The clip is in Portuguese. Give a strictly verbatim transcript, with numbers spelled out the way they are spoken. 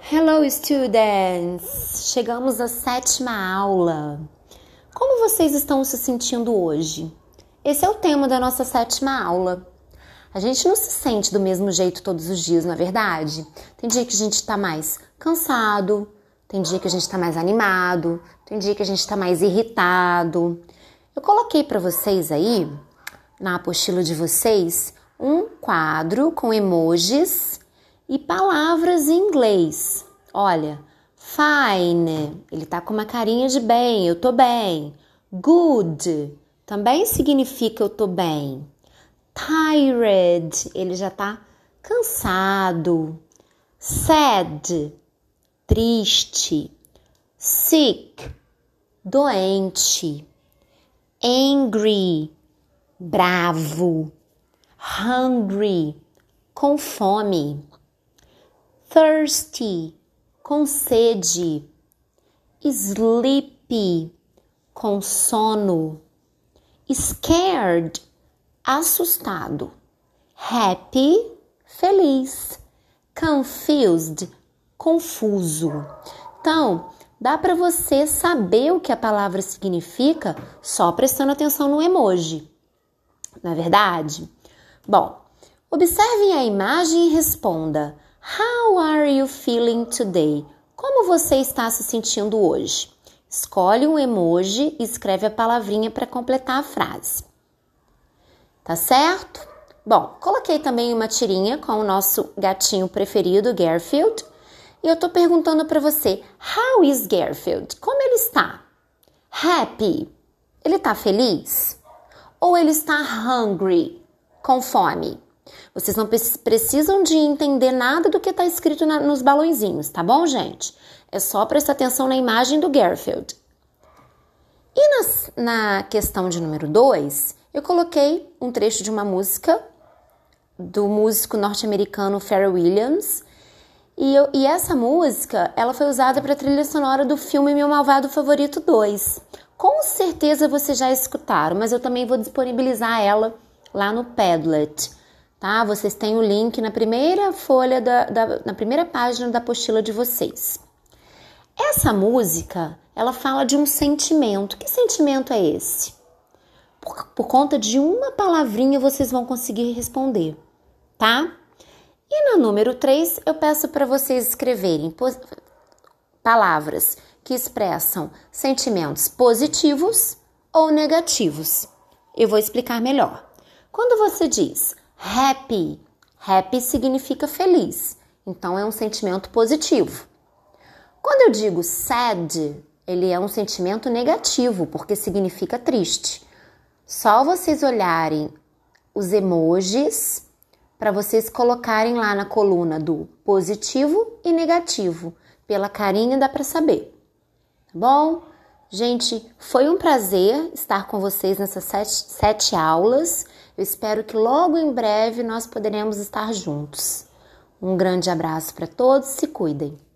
Hello, students! Chegamos à sétima aula. Como vocês estão se sentindo hoje? Esse é o tema da nossa sétima aula. A gente não se sente do mesmo jeito todos os dias, não é verdade? Tem dia que a gente está mais cansado, tem dia que a gente está mais animado, tem dia que a gente está mais irritado. Eu coloquei para vocês aí, na apostila de vocês, um quadro com emojis e palavras em inglês. Olha, fine, ele tá com uma carinha de bem, eu tô bem. Good, também significa eu tô bem. Tired, ele já tá cansado. Sad, triste. Sick, doente. Angry, bravo. Hungry, com fome. Thirsty, com sede. Sleepy, com sono. Scared, assustado. Happy, feliz. Confused, confuso. Então, dá para você saber o que a palavra significa só prestando atenção no emoji. Não é verdade? Bom, observem a imagem e responda. How are you feeling today? Como você está se sentindo hoje? Escolhe um emoji e escreve a palavrinha para completar a frase. Tá certo? Bom, coloquei também uma tirinha com o nosso gatinho preferido, Garfield. E eu tô perguntando para você, how is Garfield? Como ele está? Happy? Ele tá feliz? Ou ele está hungry? Com fome? Vocês não precisam de entender nada do que está escrito na, nos balõezinhos, tá bom, gente? É só prestar atenção na imagem do Garfield. E nas, na questão de número dois, eu coloquei um trecho de uma música do músico norte-americano Pharrell Williams. E, eu, e essa música, ela foi usada para a trilha sonora do filme Meu Malvado Favorito dois. Com certeza vocês já escutaram, mas eu também vou disponibilizar ela lá no Padlet. Tá? Vocês têm o link na primeira folha, da, da, na primeira página da apostila de vocês. Essa música, ela fala de um sentimento. Que sentimento é esse? Por, por conta de uma palavrinha vocês vão conseguir responder, tá? E no número três, eu peço para vocês escreverem palavras que expressam sentimentos positivos ou negativos. Eu vou explicar melhor. Quando você diz happy, happy significa feliz, então é um sentimento positivo. Quando eu digo sad, ele é um sentimento negativo, porque significa triste. Só vocês olharem os emojis para vocês colocarem lá na coluna do positivo e negativo. Pela carinha dá para saber. Tá bom? Gente, foi um prazer estar com vocês nessas sete, sete aulas. Eu espero que logo em breve nós poderemos estar juntos. Um grande abraço para todos, se cuidem.